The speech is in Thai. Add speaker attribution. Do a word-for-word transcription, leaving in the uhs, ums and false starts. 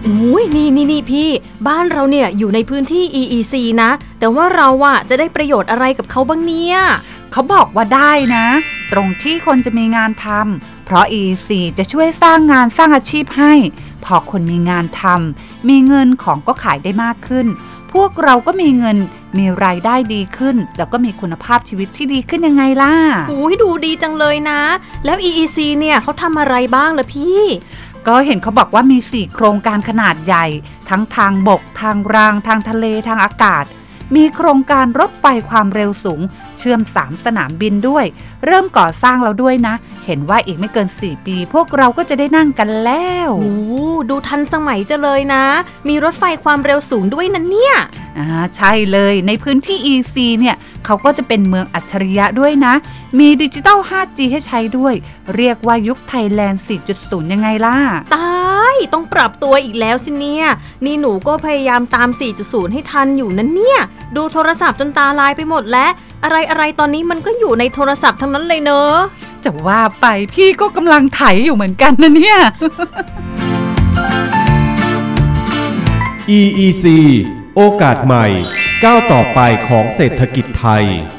Speaker 1: อุ้ยนี่นี่นี่พี่บ้านเราเนี่ยอยู่ในพื้นที่ อี อี ซี นะแต่ว่าเราอะจะได้ประโยชน์อะไรกับเขาบ้างเนี่ย
Speaker 2: เขาบอกว่าได้นะตรงที่คนจะมีงานทำเพราะ อี อี ซี จะช่วยสร้างงานสร้างอาชีพให้พอคนมีงานทำมีเงินของก็ขายได้มากขึ้นพวกเราก็มีเงินมีรายได้ดีขึ้นแล้วก็มีคุณภาพชีวิตที่ดีขึ้นยังไงล่ะ
Speaker 1: โอ้ยดูดีจังเลยนะแล้ว อี อี ซี เนี่ยเขาทำอะไรบ้างล่ะพี่
Speaker 2: ก็เห็นเขาบอกว่ามีสี่โครงการขนาดใหญ่ทั้งทางบกทางรางทางทะเลทางอากาศมีโครงการรถไฟความเร็วสูงเชื่อมสามสนามบินด้วยเริ่มก่อสร้างแล้วด้วยนะเห็นว่าอีกไม่เกินสี่ปีพวกเราก็จะได้นั่งกันแล้ว
Speaker 1: โอ้ดูทันสมัยจะเลยนะมีรถไฟความเร็วสูงด้วยนะเนี่ย
Speaker 2: อ่าใช่เลยในพื้นที่ อี ซี เนี่ยเขาก็จะเป็นเมืองอัจฉริยะด้วยนะมีดิจิตอล ไฟว์จี ให้ใช้ด้วยเรียกว่ายุคไทยแลนด์ สี่จุดศูนย์ ยังไงล่ะ
Speaker 1: ตายต้องปรับตัวอีกแล้วสิเนี่ยนี่หนูก็พยายามตาม สี่จุดศูนย์ ให้ทันอยู่นั่นเนี่ยดูโทรศัพท์จนตาลายไปหมดแล้วอะไรอะไรตอนนี้มันก็อยู่ในโทรศัพท์ทั้งนั้นเลยเนอะ
Speaker 2: จะว่าไปพี่ก็กำลังไถอยู่เหมือนกันนะเนี่ย
Speaker 3: อี อี ซี โอกาสใหม่ก้าวต่อไปของเศรษฐกิจไทย